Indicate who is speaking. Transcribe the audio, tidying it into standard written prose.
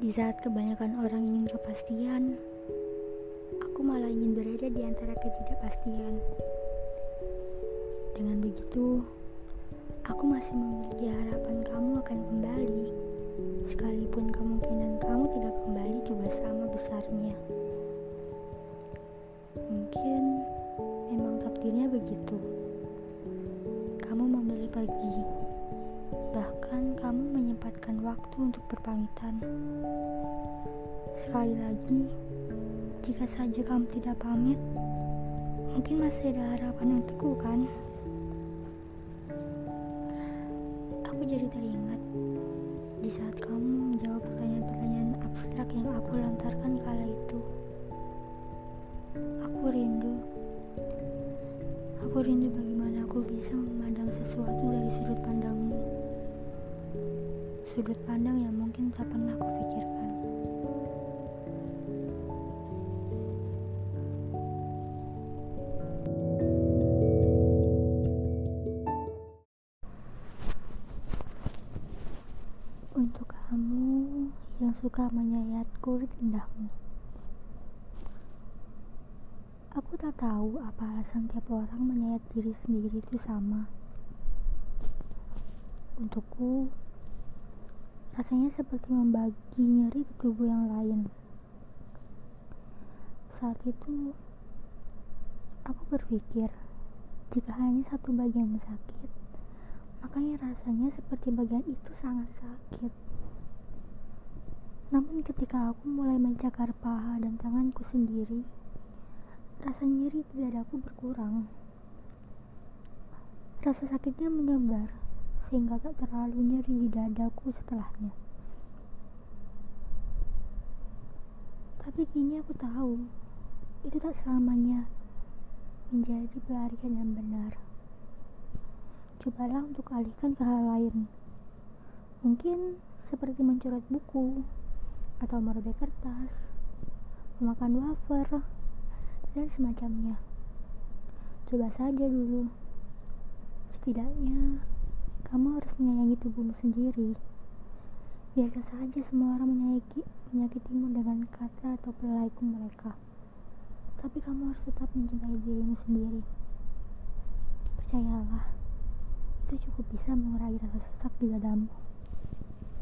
Speaker 1: Di saat kebanyakan orang ingin kepastian, aku malah ingin berada di antara ketidakpastian. Dengan begitu, aku masih memiliki harapan kamu akan kembali, sekalipun kemungkinan kamu tidak kembali juga sama besarnya. Mungkin memang takdirnya begitu. Kamu memilih pergi, bahkan kamu menyempatkan waktu untuk berpamitan. Sekali lagi, jika saja kamu tidak pamit, mungkin masih ada harapan untukku, kan? Aku jadi teringat di saat kamu menjawab pertanyaan-pertanyaan abstrak yang aku lontarkan kala itu. Aku rindu bagaimana aku bisa memandang sesuatu dari sudut pandangmu. Sudut pandang yang mungkin tak pernah kupikirkan. Untuk kamu yang suka menyayat kulit indahmu. Aku tak tahu apa alasan tiap orang menyayat diri sendiri itu sama. Untukku, rasanya seperti membagi nyeri ke tubuh yang lain. Saat itu, aku berpikir, jika hanya satu bagian sakit, makanya rasanya seperti bagian itu sangat sakit. Namun ketika aku mulai mencakar paha dan tanganku sendiri, rasa nyeri di dadaku berkurang. Rasa sakitnya menyebar, sehingga tak terlalu nyeri di dadaku setelahnya. Tapi kini aku tahu, itu tak selamanya menjadi pelarian yang benar. Cobalah untuk alihkan ke hal lain. Mungkin seperti mencoret buku, atau merobek kertas, memakan wafer, dan semacamnya. Coba saja dulu. Setidaknya, kamu harus menyayangi tubuhmu sendiri. Biarkan saja semua orang menyakitimu dengan kata atau pelaiku mereka. Tapi kamu harus tetap mencintai dirimu sendiri. Percayalah, itu cukup bisa mengurangi rasa sesak di dadamu.